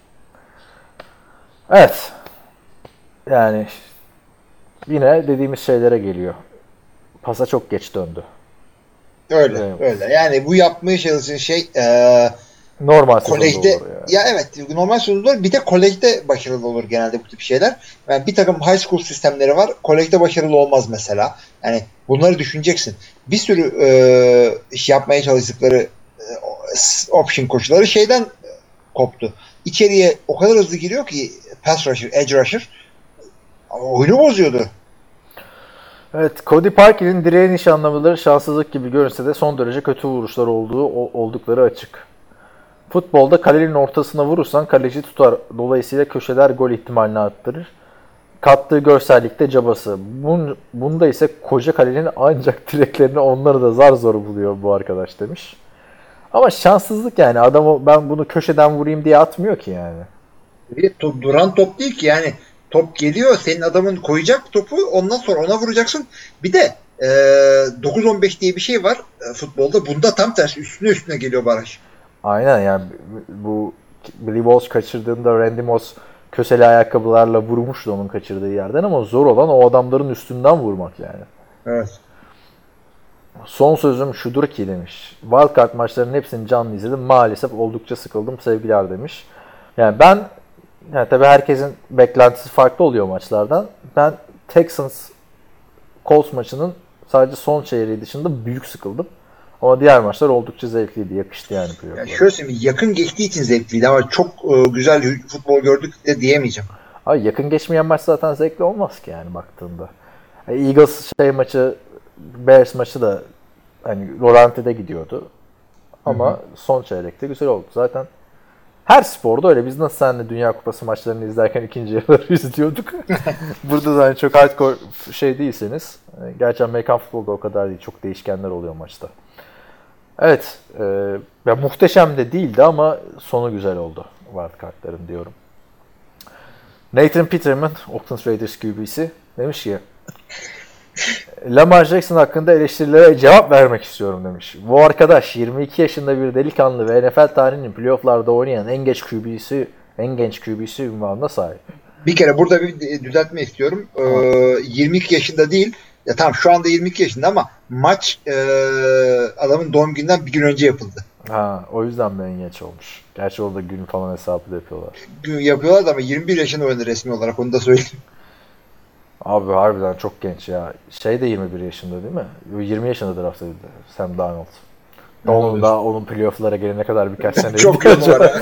Evet. Yani yine dediğimiz şeylere geliyor. Pasa çok geç döndü. Öyle evet. öyle. Yani bu yapmaya çalışan şey ee, normal kolejde olur yani. Ya evet normal sezonda olur. Bir de kolejde başarılı olur genelde bu tip şeyler. Yani bir takım high school sistemleri var. Kolejde başarılı olmaz mesela. Yani bunları düşüneceksin. Bir sürü ee, iş yapmaya çalıştıkları e, option koçuları şeyden koptu. İçeriye o kadar hızlı giriyor ki pass rusher, edge rusher oyunu bozuyordu. Evet, Cody Parker'in direğe nişanlamaları şanssızlık gibi görünse de son derece kötü vuruşlar olduğu oldukları açık. Futbolda kalenin ortasına vurursan kaleci tutar. Dolayısıyla köşeler gol ihtimalini arttırır. Kattığı görsellikte cabası. Bun, bunda ise koca kalenin ancak direklerini onları da zar zor buluyor bu arkadaş demiş. Ama şanssızlık yani. Adamı ben bunu köşeden vurayım diye atmıyor ki yani. Bir top, duran top değil ki yani. Top geliyor, senin adamın koyacak topu, ondan sonra ona vuracaksın. Bir de e, dokuz on beş diye bir şey var e, futbolda. Bunda tam tersi üstüne üstüne geliyor baraj. Aynen yani bu Billy Walsh kaçırdığında Randy Moss köseli ayakkabılarla vurmuştu onun kaçırdığı yerden ama zor olan o adamların üstünden vurmak yani. Evet. Son sözüm şudur ki demiş. Wildcard maçlarının hepsini canlı izledim. Maalesef oldukça sıkıldım. Sevgiler demiş. Yani ben yani tabii herkesin beklentisi farklı oluyor maçlardan. Ben Texans Colts maçının sadece son çeyreği dışında büyük sıkıldım. Ama diğer maçlar oldukça zevkliydi. Yakıştı yani playoff'lara. Yani şöyle söyleyeyim, yakın geçtiği için zevkliydi ama çok e, güzel futbol gördük de diyemeyeceğim. Abi yakın geçmeyen maç zaten zevkli olmaz ki yani baktığında. Yani Eagles şey maçı, Bears maçı da hani Rolante'de gidiyordu. Ama hı hı. son çeyrekte güzel oldu. Zaten her sporda öyle. Biz nasıl seninle Dünya Kupası maçlarını izlerken ikinci yarıları izliyorduk. Burada da hani çok hardcore şey değilseniz. Gerçi Amerikan futbolda o kadar değil. Çok değişkenler oluyor maçta. Evet. E, ya muhteşem de değildi ama sonu güzel oldu. Wildcard'ların diyorum. Nathan Peterman, Oakland Raiders Q B'si demiş ki Lamar Jackson hakkında eleştirilere cevap vermek istiyorum demiş. Bu arkadaş yirmi iki yaşında bir delikanlı ve N F L tarihinin playoff'larda oynayan en genç Q B'si, en genç Q B'si ünvanına sahip. Bir kere burada bir düzeltme istiyorum. Ee, yirmi iki yaşında değil. Ya tamam şu anda yirmi iki yaşında ama maç e, adamın doğum gününden bir gün önce yapıldı. Ha, o yüzden mi en genç olmuş? Gerçi orada gün falan hesabı da yapıyorlar. Gün yapıyorlar ama yirmi bir yaşında oynadı resmi olarak, onu da söyleyeyim. Abi harbiden çok genç ya. Şey de yirmi bir yaşında değil mi? yirmi yaşında draft edildi Sam Darnold. Onun daha onun playoff'lara gelene kadar birkaç sene. Çok kötü var.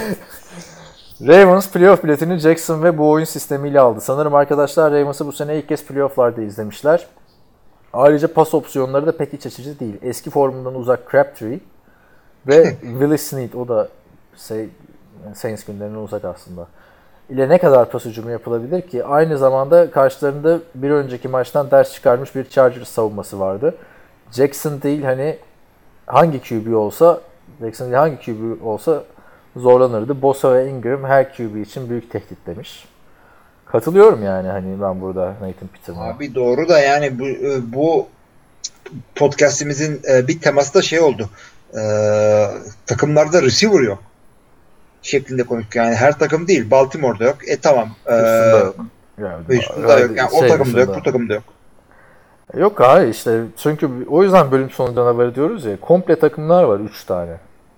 Ravens playoff biletini Jackson ve bu oyun sistemiyle aldı. Sanırım arkadaşlar Ravens'ı bu sene ilk kez playoff'larda izlemişler. Ayrıca pas opsiyonları da pek iç açıcı değil. Eski formundan uzak Crabtree ve Willie Snead, o da şey, Saints günlerinden uzak aslında. ile ne kadar pas hücumu yapılabilir ki? Aynı zamanda karşılarında bir önceki maçtan ders çıkarmış bir Chargers savunması vardı. Jackson değil hani hangi Q B olsa Jackson değil hangi Q B olsa zorlanırdı. Bosa ve Ingram her Q B için büyük tehdit demiş. Katılıyorum yani hani ben burada Nathan Peterman'a. Abi doğru da yani bu bu podcast'imizin bir teması da şey oldu. Ee, takımlarda receiver yok şeklinde konuştuk. Yani her takım değil. Baltimore'da yok. E tamam. Houston'da yok. Yani, Houston'da yok. Yani şey, o takımda yok. Bu takımda yok. Yok abi işte çünkü o yüzden bölüm sonu canavarı diyoruz ya. Komple takımlar var. üç tane.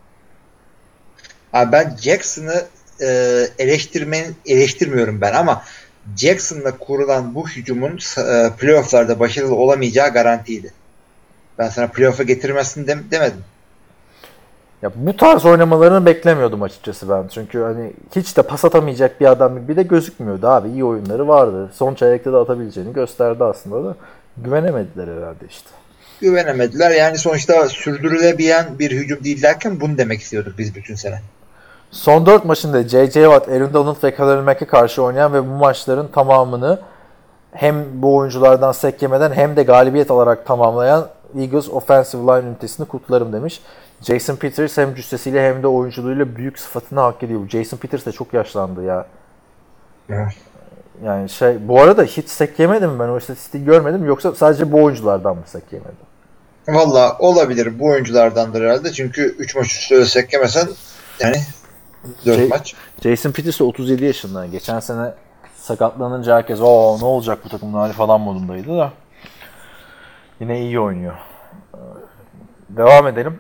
Abi ben Jackson'ı e, eleştirmen, eleştirmiyorum ben ama Jackson'la kurulan bu hücumun e, playoff'larda başarılı olamayacağı garantiydi. Ben sana playoff'a getirmezsin de, demedim. Ya bu tarz oynamalarını beklemiyordum açıkçası ben. Çünkü hani hiç de pas atamayacak bir adam bir de gözükmüyordu abi. İyi oyunları vardı. Son çeyrekte de atabileceğini gösterdi aslında da güvenemediler herhalde işte. Güvenemediler. Yani sonuçta sürdürülebilen bir hücum değil derken bunu demek istiyorduk biz bütün sene. Son dört maçında J J Watt, Aaron Donald ve Khalil Mack'e karşı oynayan ve bu maçların tamamını hem bu oyunculardan sek yemeden hem de galibiyet alarak tamamlayan Eagles Offensive Line ünitesini kutlarım demiş. Jason Peters hem cüssesiyle hem de oyunculuğuyla büyük sıfatını hak ediyor. Jason Peters de çok yaşlandı ya. Evet. Yani şey bu arada hiç sek yemedim ben o istatistiği görmedim yoksa sadece bu oyunculardan mı sek yemedim? Valla olabilir bu oyunculardandır herhalde çünkü üç maç üstü sek yemesen yani dört J- maç. Jason Peters de otuz yedi yaşında. Geçen sene sakatlanınca herkes o ne olacak bu takımın hali falan modundaydı da yine iyi oynuyor. Devam edelim.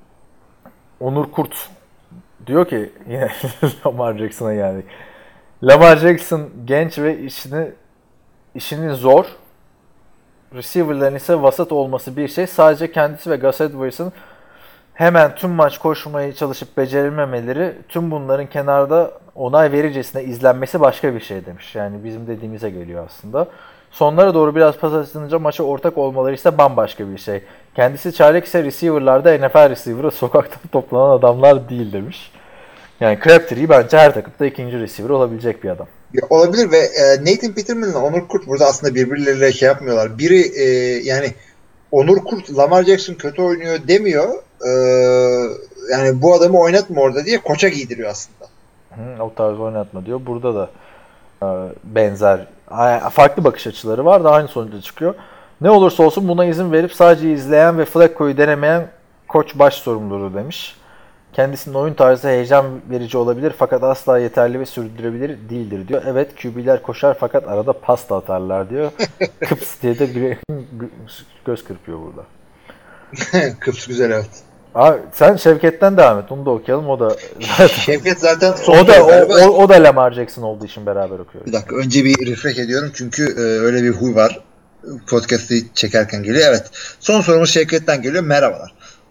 Onur Kurt diyor ki yine Lamar Jackson'a geldik. Lamar Jackson genç ve işini işinin zor. Receiver'ların ise vasat olması bir şey. Sadece kendisi ve Gus Edwards'ın hemen tüm maç koşmaya çalışıp becerememeleri, tüm bunların kenarda onay vericesine izlenmesi başka bir şey demiş. Yani bizim dediğimize geliyor aslında. Sonlara doğru biraz pas atınca maça ortak olmaları ise bambaşka bir şey. Kendisi çaylak ise receiver'larda N F L receiver'ı sokaktan toplanan adamlar değil demiş. Yani Crabtree bence her takımda ikinci receiver olabilecek bir adam. Ya, olabilir ve e, Nathan Peterman ile Onur Kurt burada aslında birbirleriyle şey yapmıyorlar. Biri e, yani Onur Kurt Lamar Jackson kötü oynuyor demiyor. E, yani bu adamı oynatma orada diye koça giydiriyor aslında. Hı, o tarz oynatma diyor. Burada da e, benzer farklı bakış açıları var da aynı sonuca çıkıyor. Ne olursa olsun buna izin verip sadece izleyen ve Flacco'yu denemeyen koç baş sorumludur demiş. Kendisinin oyun tarzı heyecan verici olabilir fakat asla yeterli ve sürdürülebilir değildir diyor. Evet Q B'ler koşar fakat arada pas da atarlar diyor. Kıps diye de göz kırpıyor burada. Kıps güzel evet. Abi sen Şevket'ten devam et. Onu da okuyalım. O da zaten Şevket zaten son o da o, o, o da Lamar Jackson olduğu için beraber okuyoruz. Bir dakika önce bir refresh ediyorum çünkü e, öyle bir huy var. Podcast'ı çekerken geliyor. Evet. Son sorumuz Şevket'ten geliyor. Merhabalar.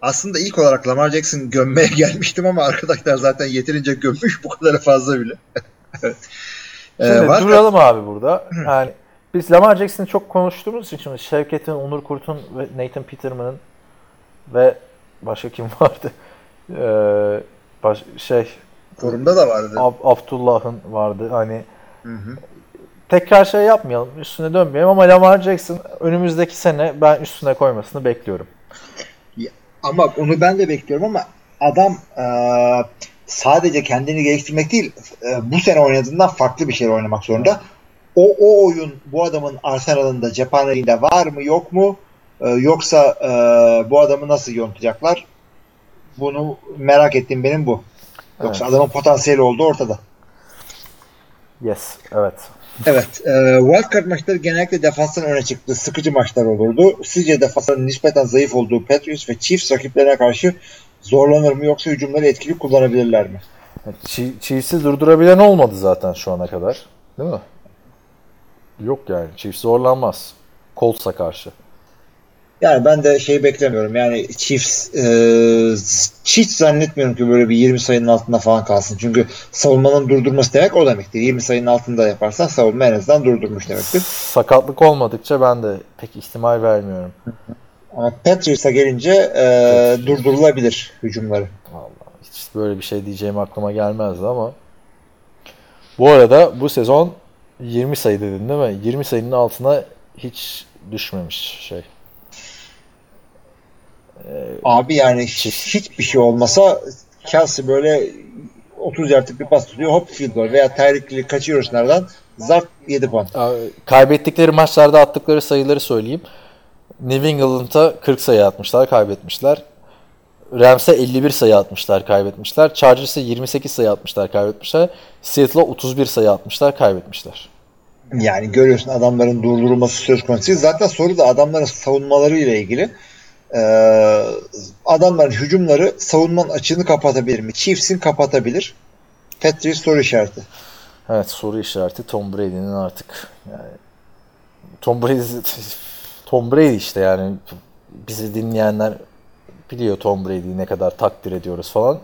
aslında ilk olarak Lamar Jackson gömmeye gelmiştim ama arkadaşlar zaten yeterince gömmüş bu kadar fazla bile. Evet. Şimdi Ee, var duralım abi burada. Yani biz Lamar Jackson'ı çok konuştuğumuz için şimdi Şevket'in, Onur Kurt'un ve Nathan Peterman'ın ve başka kim vardı? Ee, baş, şey forumda da vardı. Ab- Abdullah'ın vardı. Hani Hı hı. tekrar şey yapmayalım, üstüne dönmeyelim ama Lamar Jackson önümüzdeki sene ben üstüne koymasını bekliyorum. Ama onu ben de bekliyorum ama adam e, sadece kendini geliştirmek değil, e, bu sene oynadığından farklı bir şey oynamak zorunda. O o oyun bu adamın arsenalında, cephaneliğinde var mı yok mu? E, yoksa e, bu adamı nasıl yontacaklar? Bunu merak ettiğim benim bu. Yoksa Evet. adamın potansiyeli olduğu ortada. Yes, evet. Evet. E, wildcard maçları genellikle defanstan öne çıktı. Sıkıcı maçlar olurdu. Sizce defansların nispeten zayıf olduğu Patriots ve Chiefs rakiplerine karşı zorlanır mı yoksa hücumları etkili kullanabilirler mi? Çi- Chiefs'i durdurabilen olmadı zaten şu ana kadar. Değil mi? Yok yani. Chiefs zorlanmaz. Colts'a karşı. Yani ben de şey beklemiyorum. Yani Chiefs e, hiç zannetmiyorum ki böyle bir yirmi sayının altında falan kalsın. Çünkü savunmanın durdurması demek o demektir. yirmi sayının altında yaparsan savunma en azından durdurmuş demektir. Sakatlık olmadıkça ben de pek ihtimal vermiyorum. Ama Patriots'a gelince e, durdurulabilir hücumları. Vallahi hiç böyle bir şey diyeceğim aklıma gelmezdi ama. Bu arada bu sezon yirmi sayı dedin değil mi? yirmi sayının altına hiç düşmemiş şey. Abi yani Chiefs. hiçbir şey olmasa Kelsey böyle otuz yardlık bir pas tutuyor. Hop field goal veya Tyreek'li kaçıyoruz nereden? Zart yedi puan. Kaybettikleri maçlarda attıkları sayıları söyleyeyim. New England'a kırk sayı atmışlar, kaybetmişler. Rams'e elli bir sayı atmışlar, kaybetmişler. Chargers'e yirmi sekiz sayı atmışlar, kaybetmişler. Seattle'a otuz bir sayı atmışlar, kaybetmişler. Yani görüyorsun adamların durdurulması söz konusu değil. Zaten soru da adamların savunmaları ile ilgili. Ee, adamların hücumları savunmanın açığını kapatabilir mi? Chiefs'in kapatabilir. Patriots soru işareti. Evet, soru işareti Tom Brady'nin artık yani Tom Brady Tom Brady işte yani bizi dinleyenler biliyor Tom Brady'yi ne kadar takdir ediyoruz falan.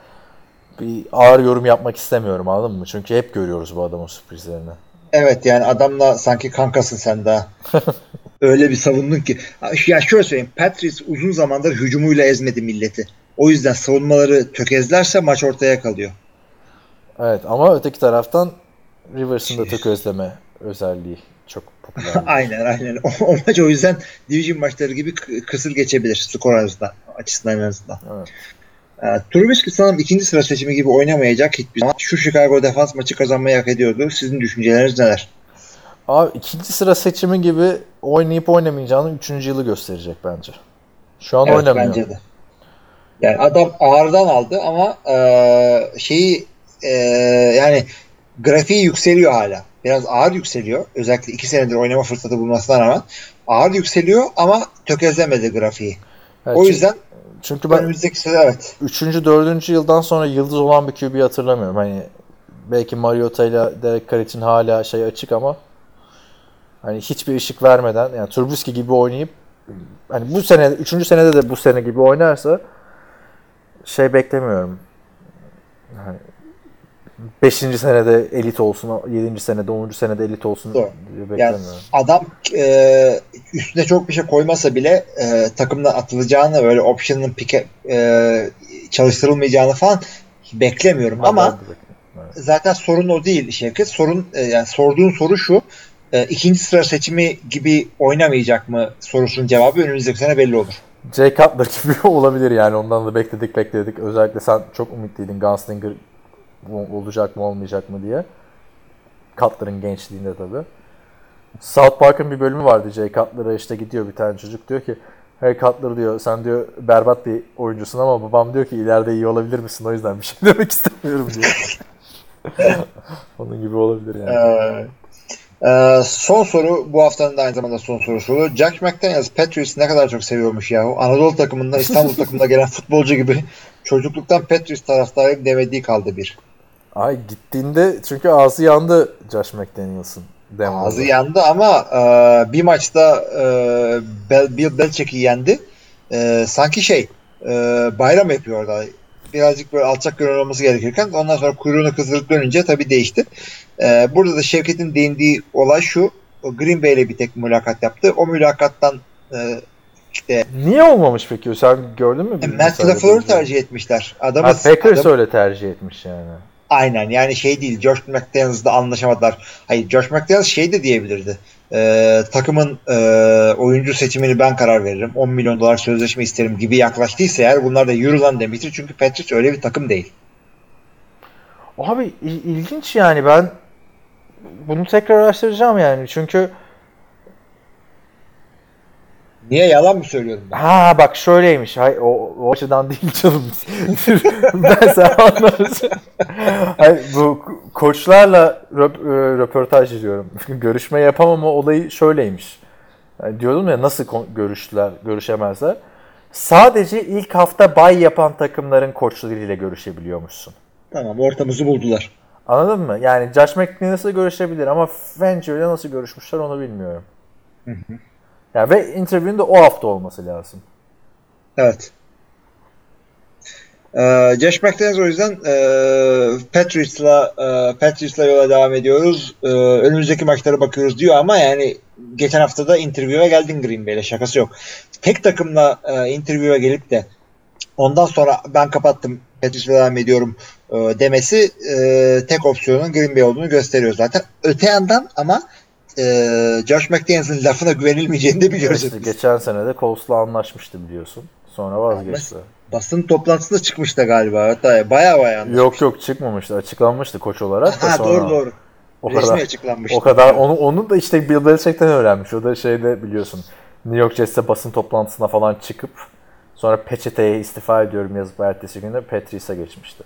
Bir ağır yorum yapmak istemiyorum, anladın mı? Çünkü hep görüyoruz bu adamın sürprizlerini. Evet yani adamla sanki kankasın sen daha. Öyle bir savundun ki. Ya şöyle söyleyeyim. Patriots uzun zamandır hücumuyla ezmedi milleti. O yüzden savunmaları tökezlerse maç ortaya kalıyor. Evet ama öteki taraftan Rivers'ın da tökezleme özelliği çok popüler. Aynen aynen. O, o maç o yüzden division maçları gibi kısır geçebilir skor arasında, açısından en azından. Evet. Uh, Trubisky sanırım ikinci sıra seçimi gibi oynamayacak hiçbir zaman. Şu Chicago defans maçı kazanmayı hak ediyordu. Sizin düşünceleriniz neler? Abi ikinci sıra seçimi gibi oynayıp oynamayacağını üçüncü yılı gösterecek bence. Şu an Evet, oynamıyor. bence de. Yani adam ağırdan aldı ama e, şeyi e, yani grafiği yükseliyor hala. Biraz ağır yükseliyor. Özellikle iki senedir oynama fırsatı bulmasına rağmen ağır yükseliyor ama tökezlemedi grafiği. Evet, o yüzden çünkü ben önümüzdeki sene evet. üçüncü dördüncü yıldan sonra yıldız olan bir Q B'yi hatırlamıyorum. Hani belki Mariota ile Derek Carr için hala şey açık ama hani hiçbir ışık vermeden yani Trubisky gibi oynayıp hani bu sene üçüncü senede de bu sene gibi oynarsa şey beklemiyorum. Yani beşinci senede elit olsun, yedinci senede, onuncu senede elit olsun Doğru. diye beklemiyorum. Yani adam e, üstüne çok bir şey koymasa bile e, takımdan atılacağını böyle option'ın pike, e, çalıştırılmayacağını falan beklemiyorum Ben ama de evet. Zaten sorun o değil Şevket. Sorun e, yani sorduğun soru şu. E, ikinci sıra seçimi gibi oynamayacak mı sorusunun cevabı önümüzdeki sene belli olur. Jay Cutler gibi olabilir yani. Ondan da bekledik bekledik. Özellikle sen çok umutluydun Gunslinger olacak mı olmayacak mı diye. Cutler'ın gençliğinde tabii. South Park'ın bir bölümü vardı. Jay Cutler'a işte gidiyor bir tane çocuk diyor ki hey Cutler diyor sen diyor berbat bir oyuncusun ama babam diyor ki ileride iyi olabilir misin, o yüzden bir şey demek istemiyorum diyor. Onun gibi olabilir yani. Ee, e, son soru bu haftanın da aynı zamanda son sorusu. Jack McDaniels Patriots'ı ne kadar çok seviyormuş yahu. Anadolu takımından İstanbul takımına gelen futbolcu gibi çocukluktan Patriots taraftarıyım demediği kaldı bir. Ay gittiğinde çünkü ağzı yandı Josh McDaniels'ın. Ağzı yandı ama e, bir maçta e, Bill Belichick'i yendi. E, sanki şey e, bayram yapıyor orada. Birazcık böyle alçak gönüllü olması gerekirken ondan sonra kuyruğunu kızdırıp dönünce tabii değişti. E, burada da Şevket'in değindiği olay şu. Green Bay ile bir tek mülakat yaptı. O mülakattan e, işte niye olmamış peki? Sen gördün mü? E, Matt LaFleur'u tercih etmişler. Adamı, ha, Packers adam, öyle tercih etmiş yani. Aynen yani şey değil. Josh McDaniels'la anlaşamadılar. Hayır Josh McDaniels şey de diyebilirdi. Ee, takımın e, oyuncu seçimini ben karar veririm. on milyon dolar sözleşme isterim gibi yaklaştıysa eğer bunlar da yürü lan demiştir. Çünkü Patriots öyle bir takım değil. Abi il- ilginç yani ben bunu tekrar araştıracağım yani. Çünkü Niye yalan mı söylüyorum ben? ha bak şöyleymiş. Hayır, o, o açıdan değil canım. Ben sen anlarsın. Hayır, bu koçlarla röp- röportaj ediyorum. Görüşme yapamama olayı şöyleymiş. Yani diyordum ya nasıl kon- görüştüler, görüşemezler. Sadece ilk hafta bay yapan takımların koçlarıyla görüşebiliyormuşsun. Tamam ortamızı buldular. Anladın mı? Yani Josh McDaniels'la görüşebilir ama Fangio'yla nasıl görüşmüşler onu bilmiyorum. Hı hı. Yani ve interview'un da o hafta olması lazım. Evet. Ee, Josh McDaniels o yüzden e, Patriots'la e, Patriots'la yola devam ediyoruz. E, önümüzdeki maçlara bakıyoruz diyor ama yani geçen hafta da interview'a geldin Green Bay'le şakası yok. Tek takımla e, interview'a gelip de ondan sonra ben kapattım Patriots'la devam ediyorum e, demesi e, tek opsiyonun Green Bay olduğunu gösteriyor zaten. Öte yandan ama e, Josh McDaniels'ın lafına güvenilmeyeceğini de biliyoruz. İşte geçen sene de Colts'la anlaşmıştı biliyorsun. Sonra vazgeçti. Basın toplantısında çıkmıştı galiba. Hatta baya baya anlaşmıştı. Yok yok çıkmamıştı. Açıklanmıştı koç olarak da ha, sonra. Doğru doğru. O Resmi kadar, açıklanmıştı. o kadar onu onu da işte Bill Belichick'ten öğrenmiş. O da şeyde biliyorsun. New York Jets'e basın toplantısına falan çıkıp sonra peçeteye istifa ediyorum yazıp ertesi günde Patriots'a geçmişti.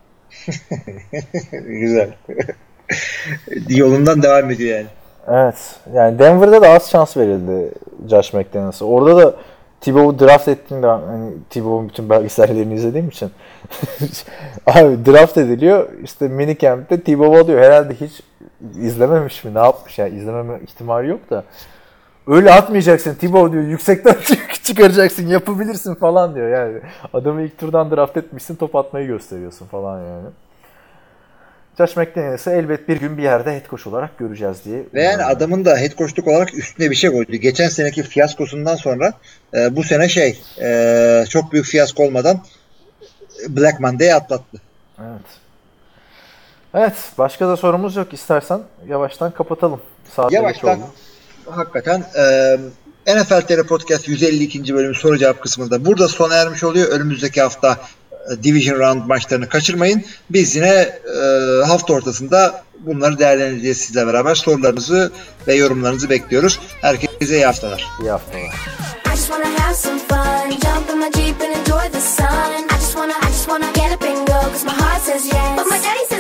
Güzel. Yolundan devam ediyor yani. Evet. Yani Denver'da da az şans verildi Josh McDaniels'a. Orada da Tebow'u draft ettiğimde hani Tebow'un bütün belgesellerini izlediğim için abi draft ediliyor. İşte minicamp'te Tebow alıyor. Herhalde hiç izlememiş mi? Ne yapmış yani? İzlememe ihtimali yok da. Öyle atmayacaksın Tebow diyor. Yüksekten çıkaracaksın. Yapabilirsin falan diyor yani. Adamı ilk turdan draft etmişsin. Top atmayı gösteriyorsun falan yani. Josh McDaniels'ı elbet bir gün bir yerde head coach olarak göreceğiz diye. Ve yani adamın da head coachluk olarak üstüne bir şey koydu. Geçen seneki fiyaskosundan sonra e, bu sene şey e, çok büyük fiyasko olmadan Black Monday'i atlattı. Evet. Evet. Başka da sorumuz yok. İstersen yavaştan kapatalım. Saat Yavaştan hakikaten e, N F L T R Podcast yüz elli ikinci bölümü soru cevap kısmında burada sona ermiş oluyor. Önümüzdeki hafta Division Round maçlarını kaçırmayın. Biz yine e, hafta ortasında bunları değerlendireceğiz sizle beraber. Sorularınızı ve yorumlarınızı bekliyoruz. Herkese iyi haftalar. İyi haftalar. I just wanna have some fun, jump in my Jeep and enjoy the sun. I just wanna, I just wanna get up and go, 'cause my heart says yes, but my daddy